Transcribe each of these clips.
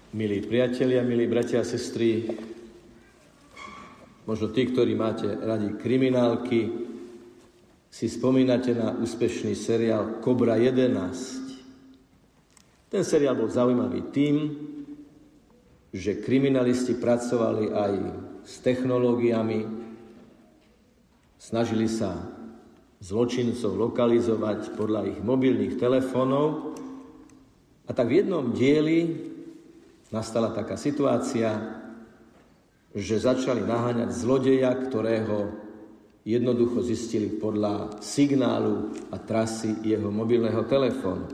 Milí priatelia, milí bratia a sestry, možno tí, ktorí máte radi kriminálky, si spomínate na úspešný seriál Kobra 11. Ten seriál bol zaujímavý tým, že kriminalisti pracovali aj s technológiami, snažili sa zločincov lokalizovať podľa ich mobilných telefónov. A tak v jednom dieli nastala taká situácia, že začali naháňať zlodeja, ktorého jednoducho zistili podľa signálu a trasy jeho mobilného telefónu.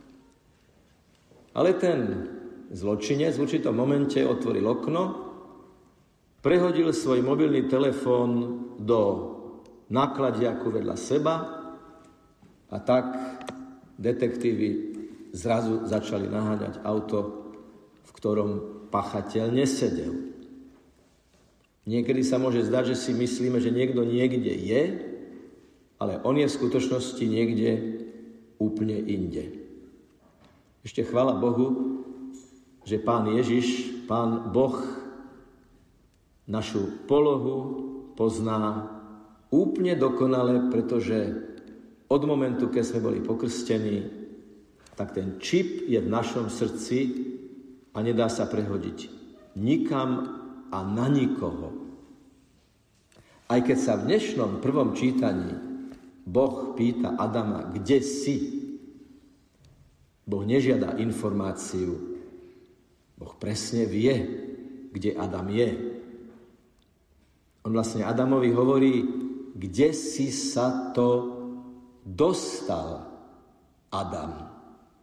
Ale ten zločinec v určitom momente otvoril okno, prehodil svoj mobilný telefón do nákladiaku vedľa seba a tak detektívi zrazu začali naháňať auto, v ktorom pachateľ nesedel. Niekedy sa môže zdať, že si myslíme, že niekto niekde je, ale on je v skutočnosti niekde úplne inde. Ešte chvála Bohu, že Pán Ježiš, Pán Boh, našu polohu pozná úplne dokonale, pretože od momentu, keď sme boli pokrstení, tak ten čip je v našom srdci a nedá sa prehodiť nikam a na nikoho. Aj keď sa v dnešnom prvom čítaní Boh pýta Adama, kde si? Boh nežiada informáciu. Boh presne vie, kde Adam je. On vlastne Adamovi hovorí, kde si sa to dostal, Adam.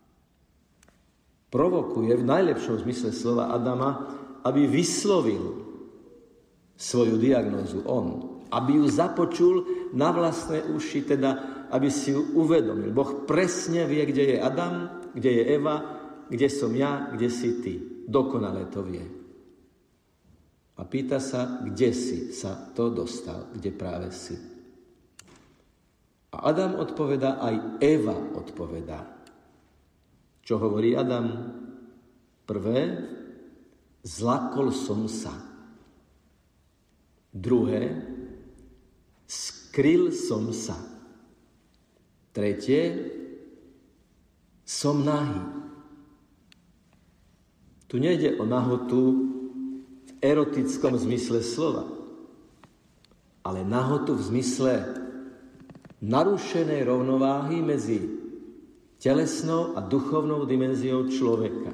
Provokuje v najlepšom zmysle slova Adama, aby vyslovil svoju diagnózu on, aby ju započul na vlastné uši, teda aby si ju uvedomil. Boh presne vie, kde je Adam, kde je Eva, kde som ja, kde si ty. Dokonale to vie. A pýta sa, kde si sa to dostal, kde práve si. A Adam odpovedá, aj Eva odpovedá. Čo hovorí Adam? Prvé, zlakol som sa. Druhé, skryl som sa. Tretie, som nahý. Tu nejde o nahotu v erotickom zmysle slova, ale nahotu v zmysle narušenej rovnováhy medzi telesnou a duchovnou dimenziou človeka.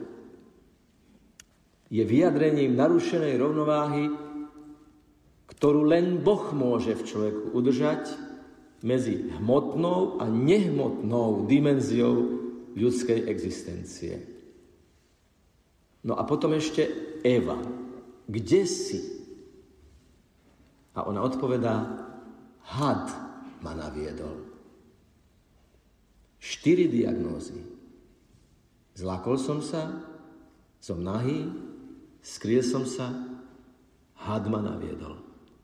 Je vyjadrením narušenej rovnováhy, ktorú len Boh môže v človeku udržať medzi hmotnou a nehmotnou dimenziou ľudskej existencie. No a potom ešte Eva. Kde si? A ona odpovedá, had ma naviedol. 4 diagnózy. Zlakol som sa, som nahý, skryl som sa, had ma naviedol.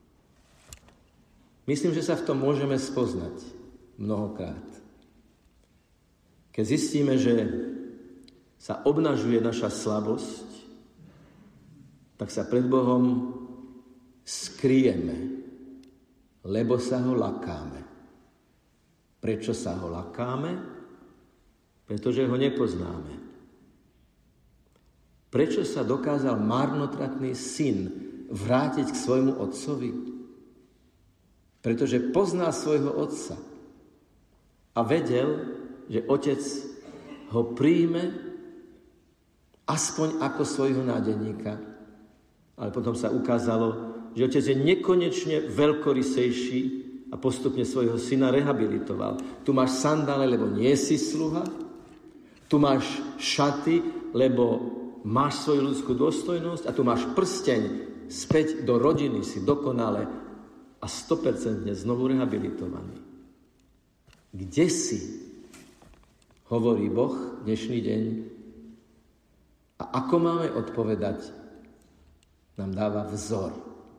Myslím, že sa v tom môžeme spoznať mnohokrát. Keď zistíme, že sa obnažuje naša slabosť, tak sa pred Bohom skryjeme, lebo sa ho lakáme. Prečo sa ho lakáme? Pretože ho nepoznáme. Prečo sa dokázal marnotratný syn vrátiť k svojmu otcovi? Pretože poznal svojho otca a vedel, že otec ho príjme aspoň ako svojho nádeníka. Ale potom sa ukázalo, že otec je nekonečne veľkorysejší a postupne svojho syna rehabilitoval. Tu máš sandále, lebo nie si sluha. Tu máš šaty, lebo máš svoju ľudskú dôstojnosť. A tu máš prsteň, späť do rodiny si dokonale a 100% znovu rehabilitovaný. Kde si? Hovorí Boh dnešný deň. A ako máme odpovedať, nám dáva vzor.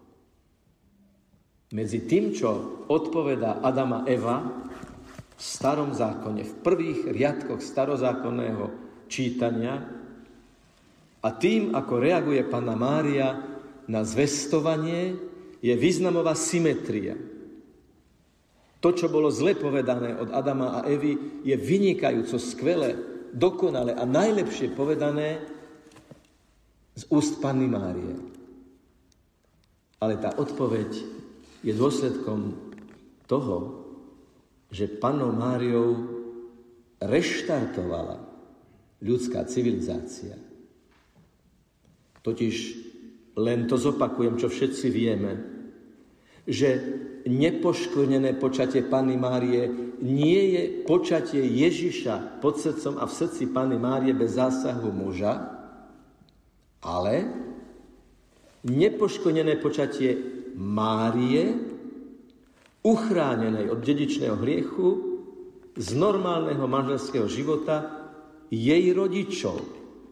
Medzi tým, čo odpovedá Adam a Eva v starom zákone, v prvých riadkoch starozákonného čítania, A tým, ako reaguje Panna Mária na zvestovanie, je významová symetria. To, čo bolo zle povedané od Adama a Evy, je vynikajúco, skvelé, dokonale a najlepšie povedané z úst Panny Márie. Ale tá odpoveď je dôsledkom toho, že Pannou Máriou reštartovala ľudská civilizácia. Totiž len to zopakujem, čo všetci vieme, že nepoškvrnené počatie Panny Márie nie je počatie Ježiša pod srdcom a v srdci Panny Márie bez zásahu muža, ale nepoškvrnené počatie Márie, uchránenej od dedičného hriechu, z normálneho manželského života jej rodičov.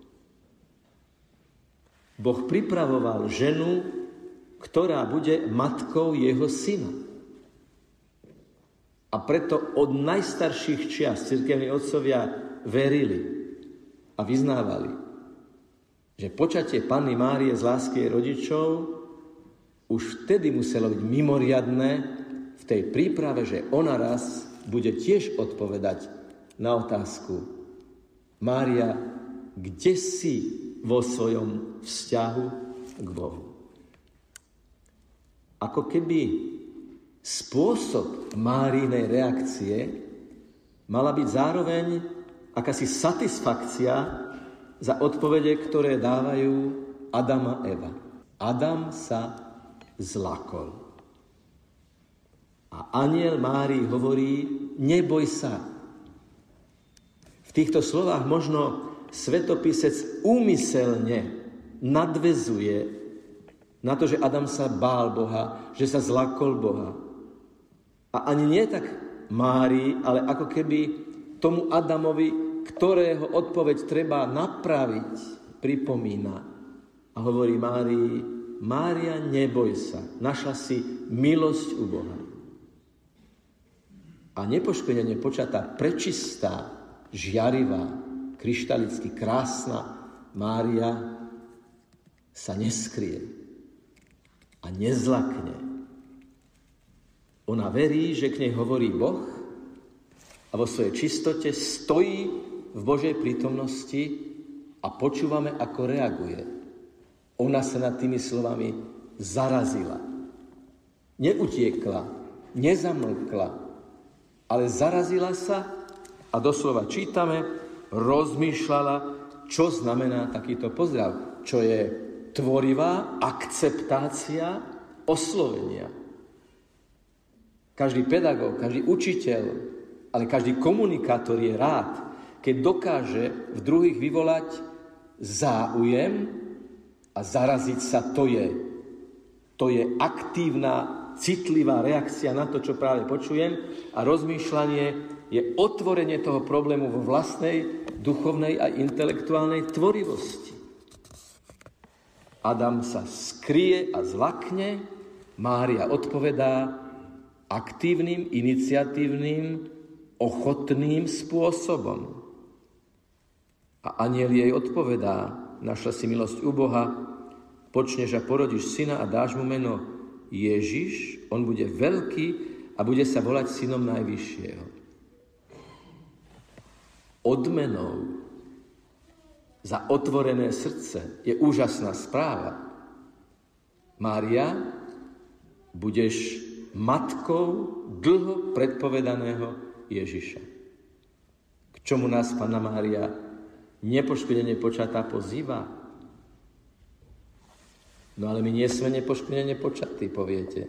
Boh pripravoval ženu, ktorá bude matkou jeho syna. A preto od najstarších čias cirkevní otcovia verili a vyznávali, že počatie Panny Márie z lásky jej rodičov už vtedy muselo byť mimoriadne v tej príprave, že ona raz bude tiež odpovedať na otázku: Mária, kde si vo svojom vzťahu k Bohu? Ako keby spôsob Márinej reakcie mala byť zároveň akási satisfakcia za odpovede, ktoré dávajú Adam a Eva. Adam sa zlakol. A anjel Márii hovorí: neboj sa. V týchto slovách možno svetopisec úmyselne nadväzuje na to, že Adam sa bál Boha, že sa zlakol Boha. A ani nie tak Márii, ale ako keby tomu Adamovi, ktorého odpoveď treba napraviť, pripomína. A hovorí Márii: Mária, neboj sa, našla si milosť u Boha. A nepoškvrnene počatá, prečistá, žiarivá, kryštalicky krásna Mária sa neskrie a nezlakne. Ona verí, že k nej hovorí Boh a vo svojej čistote stojí v Božej prítomnosti a počúvame, ako reaguje. Ona sa nad tými slovami zarazila. Neutiekla, nezamlkla, ale zarazila sa a doslova čítame, rozmýšľala, čo znamená takýto pozdrav, čo je tvorivá akceptácia oslovenia. Každý pedagóg, každý učiteľ, ale každý komunikátor je rád, keď dokáže v druhých vyvolať záujem a zaraziť sa. To je aktívna, citlivá reakcia na to, čo práve počujem, a rozmýšľanie je otvorenie toho problému vo vlastnej duchovnej a intelektuálnej tvorivosti. Adam sa skrie a zlakne, Mária odpovedá aktívnym, iniciatívnym, ochotným spôsobom. A anjel jej odpovedá: našla si milosť u Boha, počneš a porodíš syna a dáš mu meno Ježiš, on bude veľký a bude sa volať synom Najvyššieho. Odmenou za otvorené srdce je úžasná správa. Mária, budeš matkou dlho predpovedaného Ježiša. K čomu nás Panna Mária nepoškvrnene počatá pozýva? No ale my nie sme nepoškvrnene počatí, poviete.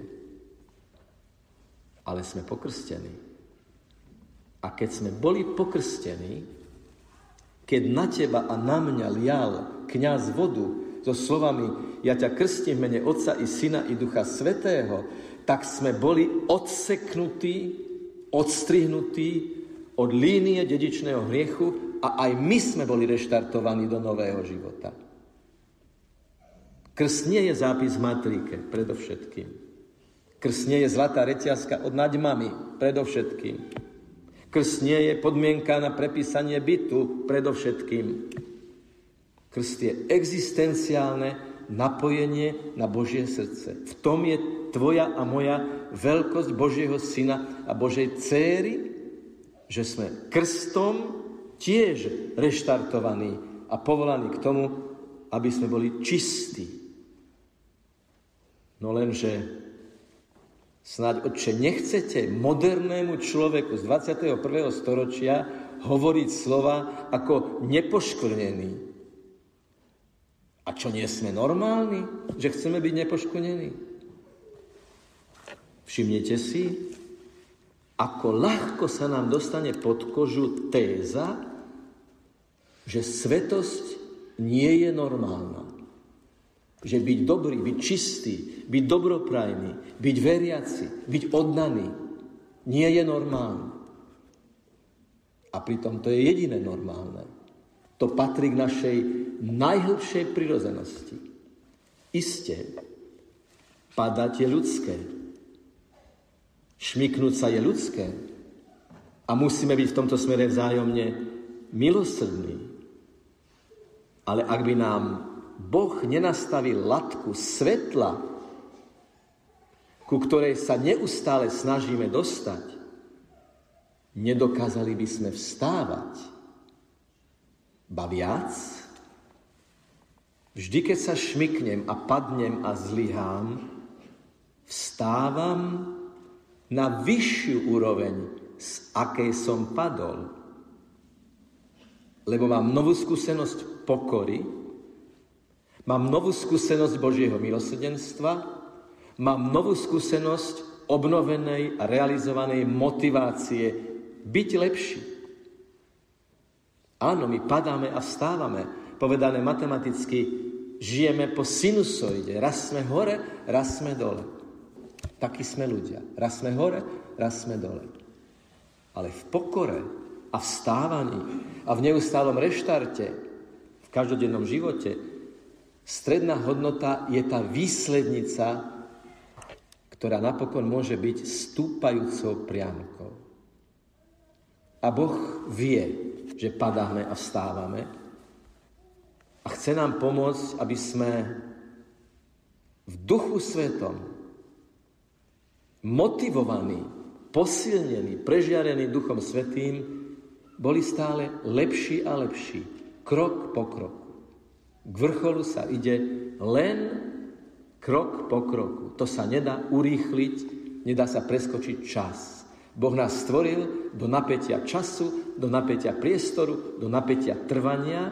Ale sme pokrstení. A keď sme boli pokrstení, keď na teba a na mňa lial kňaz vodu so slovami: ja ťa krstím v mene Otca i Syna i Ducha Svätého, tak sme boli odseknutí, odstrihnutí od línie dedičného hriechu a aj my sme boli reštartovaní do nového života. Krst nie je zápis v matrike, predovšetkým. Krst nie je zlatá reťazka od naďmami, predovšetkým. Krst nie je podmienka na prepísanie bytu, predovšetkým. Krst je existenciálne napojenie na Božie srdce. V tom je tvoja a moja veľkosť Božieho syna a Božej dcéry, že sme krstom tiež reštartovaní a povolaní k tomu, aby sme boli čistí. No lenže snáď, Otče, nechcete modernému človeku z 21. storočia hovoriť slova ako nepoškvrnený. A čo, nie sme normálni, že chceme byť nepoškvrnení? Všimnite si, ako ľahko sa nám dostane pod kožu téza, že svetosť nie je normálna. Že byť dobrý, byť čistý, byť dobroprajný, byť veriaci, byť oddaný, nie je normálne. A pritom to je jediné normálne. To patrí k našej najhlbšej prirodzenosti. Isté, padať je ľudské. Šmyknúť sa je ľudské. A musíme byť v tomto smere vzájomne milosrdní. Ale ak by nám Boh nenastavil latku svetla, ku ktorej sa neustále snažíme dostať, nedokázali by sme vstávať. Ba viac, vždy, keď sa šmyknem a padnem a zlyhám, vstávam na vyššiu úroveň, z akej som padol. Lebo mám novú skúsenosť pokory, mám novú skúsenosť Božieho milosrdenstva, mám novú skúsenosť obnovenej a realizovanej motivácie byť lepší. Áno, my padáme a vstávame. Povedané matematicky, žijeme po sinusoide. Raz sme hore, raz sme dole. Takí sme ľudia. Raz sme hore, raz sme dole. Ale v pokore a v stávaní a v neustálom reštarte, v každodennom živote, stredná hodnota je tá výslednica, ktorá napokon môže byť stúpajúcou priamkou. A Boh vie, že padáme a vstávame a chce nám pomôcť, aby sme v Duchu Svetom motivovaní, posilnení, prežiarení Duchom Svätým boli stále lepší a lepší, krok po kroku. K vrcholu sa ide len krok po kroku. To sa nedá urýchliť, nedá sa preskočiť čas. Boh nás stvoril do napätia času, do napätia priestoru, do napätia trvania.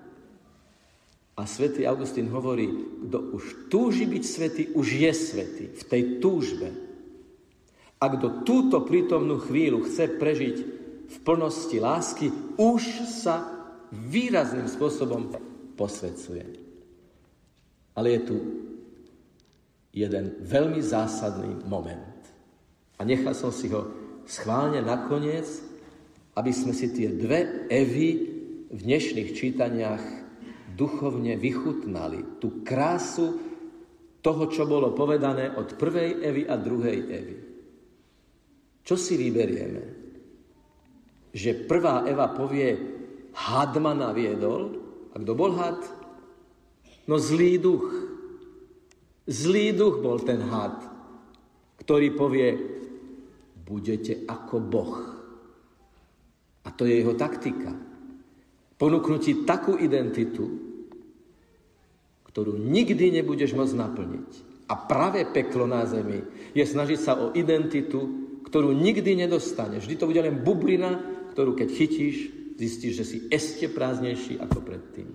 A svätý Augustín hovorí, kto už túži byť svätý, už je svätý v tej túžbe. A kto túto prítomnú chvíľu chce prežiť v plnosti lásky, už sa výrazným spôsobom posväcuje. Ale je tu jeden veľmi zásadný moment. A nechal som si ho schválne nakoniec, aby sme si tie dve Evy v dnešných čítaniach duchovne vychutnali. Tú krásu toho, čo bolo povedané od prvej Evy a druhej Evy. Čo si vyberieme? Že prvá Eva povie, had ma naviedol. A kto bol had? No zlý duch. Zlý duch bol ten had, ktorý povie, budete ako Boh. A to je jeho taktika. Ponúknuť ti takú identitu, ktorú nikdy nebudeš môcť naplniť. A práve peklo na zemi je snažiť sa o identitu, ktorú nikdy nedostaneš. Vždy to bude len bublina, ktorú keď chytíš, zistíš, že si ešte prázdnejší ako predtým.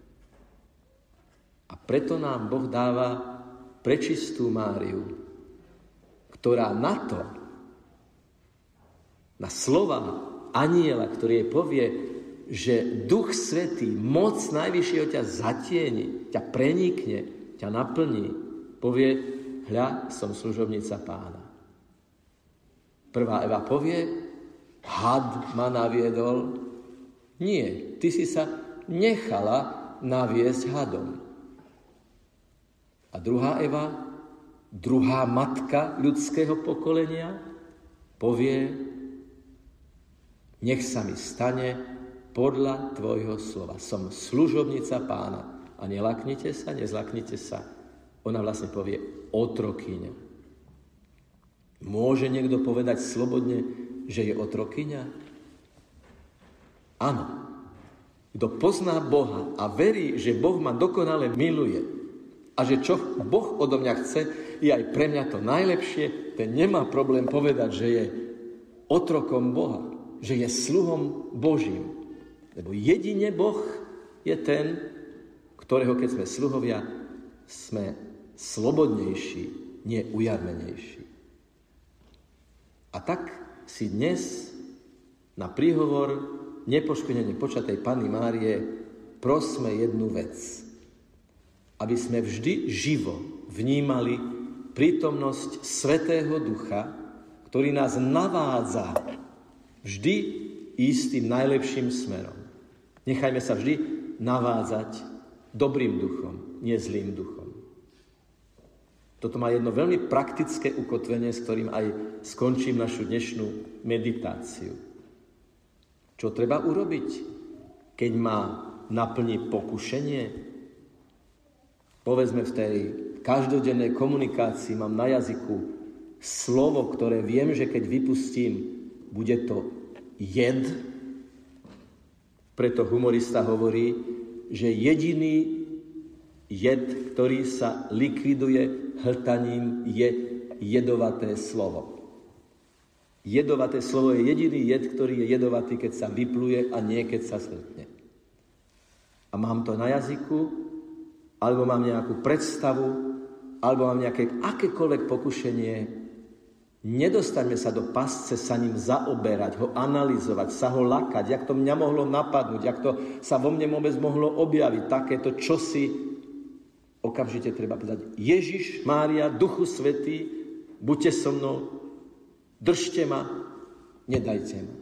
A preto nám Boh dáva prečistú Máriu, ktorá na slova anjela, ktorý jej povie, že Duch Svätý, moc Najvyššieho ťa zatieni, ťa prenikne, ťa naplní, povie, hľa, som služobnica Pána. Prvá Eva povie, had ma naviedol. Nie, ty si sa nechala naviesť hadom. A druhá Eva, druhá matka ľudského pokolenia, povie, nech sa mi stane podľa tvojho slova. Som služobnica Pána. A nelaknite sa, nezlaknite sa. Ona vlastne povie otrokyňa. Môže niekto povedať slobodne, že je otrokyňa? Áno. Kto pozná Boha a verí, že Boh ma dokonale miluje a že čo Boh odo mňa chce, je aj pre mňa to najlepšie, ten nemá problém povedať, že je otrokom Boha, že je sluhom Božím. Lebo jedine Boh je ten, ktorého keď sme sluhovia, sme slobodnejší, nie ujarmenejší. A tak si dnes na príhovor nepoškvrnene počatej Panny Márie prosme jednu vec. Aby sme vždy živo vnímali prítomnosť Svätého Ducha, ktorý nás navádza vždy ísť tým najlepším smerom. Nechajme sa vždy navádzať dobrým duchom, nie zlým duchom. Toto má jedno veľmi praktické ukotvenie, s ktorým aj skončím našu dnešnú meditáciu. Čo treba urobiť, keď ma naplní pokušenie? Povedzme v tej každodennej komunikácii mám na jazyku slovo, ktoré viem, že keď vypustím, bude to jed. Preto humorista hovorí, že jediný jed, ktorý sa likviduje hltaním, je jedovaté slovo. Jedovaté slovo je jediný jed, ktorý je jedovatý, keď sa vypluje a nie keď sa sltne. A mám to na jazyku, alebo mám nejakú predstavu, alebo mám nejaké akékoľvek pokušenie. Nedostaňme sa do pasce sa ním zaoberať, ho analyzovať, sa ho lakať, jak to mňa mohlo napadnúť, jak to sa vo mne vôbec mohlo objaviť, takéto čosi. Okamžite treba povedať, Ježiš, Mária, Duchu Svätý, buďte so mnou, držte ma, nedajte ma.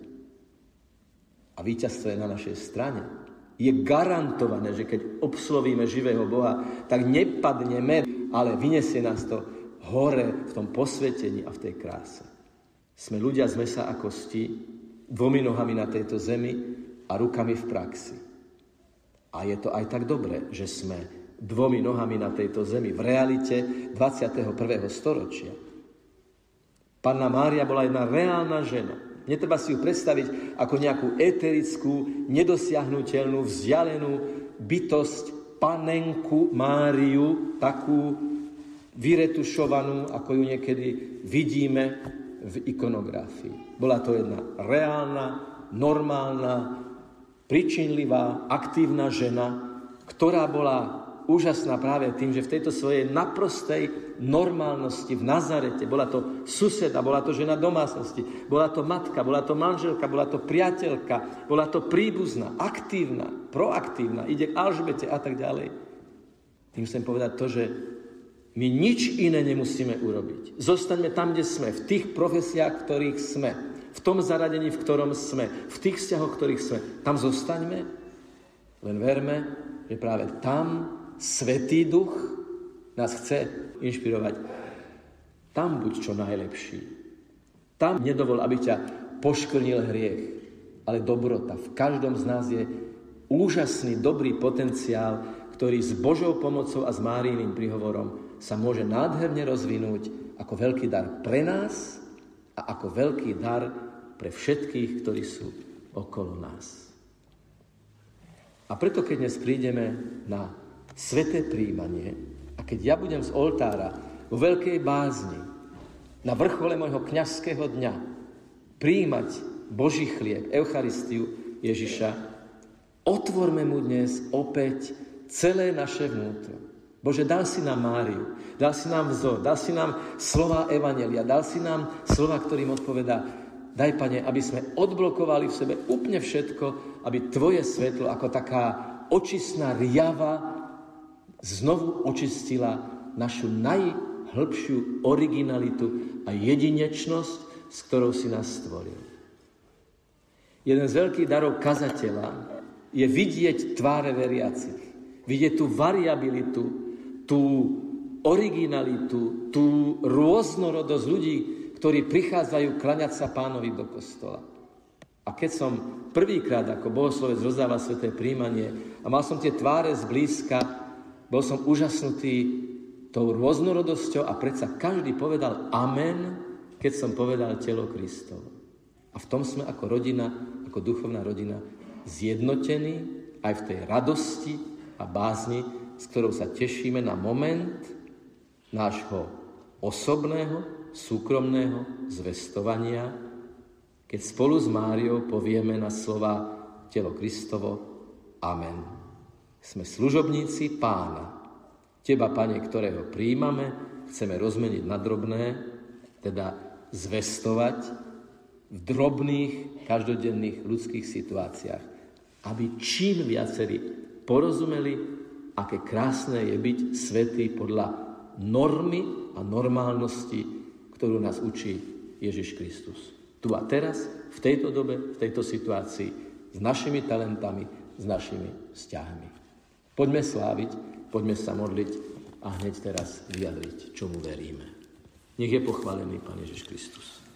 A víťazstvo je na našej strane. Je garantované, že keď obslovíme živého Boha, tak nepadneme, ale vyniesie nás to hore v tom posvetení a v tej kráse. Sme ľudia z mesa a kosti, dvomi nohami na tejto zemi a rukami v praxi. A je to aj tak dobré, že sme dvomi nohami na tejto zemi v realite 21. storočia. Panna Mária bola jedna reálna žena. Netreba si ju predstaviť ako nejakú eterickú, nedosiahnuteľnú, vzdialenú bytosť, panenku Máriu, takú vyretušovanú, ako ju niekedy vidíme v ikonografii. Bola to jedna reálna, normálna, pričinlivá, aktívna žena, ktorá bola úžasná práve tým, že v tejto svojej naprostej normálnosti v Nazarete, bola to suseda, bola to žena domácnosti, bola to matka, bola to manželka, bola to priateľka, bola to príbuzná, aktívna, proaktívna, ide k Alžbete a tak ďalej. Tým chcem povedať to, že my nič iné nemusíme urobiť. Zostaňme tam, kde sme, v tých profesiách, v ktorých sme, v tom zaradení, v ktorom sme, v tých vzťahoch, v ktorých sme. Tam zostaňme, len verme, že práve tam Svätý Duch nás chce inšpirovať. Tam buď čo najlepší. Tam nedovol, aby ťa poškvrnil hriech, ale dobrota. V každom z nás je úžasný, dobrý potenciál, ktorý s Božou pomocou a s Máriiným príhovorom sa môže nádherne rozvinúť ako veľký dar pre nás a ako veľký dar pre všetkých, ktorí sú okolo nás. A preto, keď dnes prídeme na sväté prijímanie a keď ja budem z oltára vo veľkej bázni na vrchole môjho kňazského dňa prijímať Boží chlieb, Eucharistiu Ježiša, otvorme mu dnes opäť celé naše vnútro. Bože, dal si nám Máriu, dal si nám vzor, dal si nám slova evanjelia, dal si nám slova, ktorým odpovedá. Daj, Pane, aby sme odblokovali v sebe úplne všetko, aby Tvoje svetlo ako taká očistná riava znovu očistila našu najhlbšiu originalitu a jedinečnosť, s ktorou si nás stvoril. Jeden z veľkých darov kazateľa je vidieť tváre veriacich, vidieť tú variabilitu, tú originalitu, tú rôznorodosť ľudí, ktorí prichádzajú klaňať sa Pánovi do kostola. A keď som prvýkrát ako bohoslovec rozdával sväté príjmanie a mal som tie tváre zblízka, bol som úžasnutý tou rôznorodosťou a predsa každý povedal amen, keď som povedal telo Kristovo. A v tom sme ako rodina, ako duchovná rodina zjednotení aj v tej radosti a bázni, s ktorou sa tešíme na moment nášho osobného, súkromného zvestovania, keď spolu s Máriou povieme na slova telo Kristovo amen. Sme služobníci Pána. Teba, Pane, ktorého prijímame, chceme rozmeniť na drobné, teda zvestovať v drobných, každodenných ľudských situáciách, aby čím viacerí porozumeli, aké krásne je byť svätý podľa normy a normálnosti, ktorú nás učí Ježiš Kristus. Tu a teraz, v tejto dobe, v tejto situácii, s našimi talentami, s našimi vzťahmi. Poďme sláviť, poďme sa modliť a hneď teraz vyjadriť, čomu veríme. Nech je pochválený Pán Ježiš Kristus.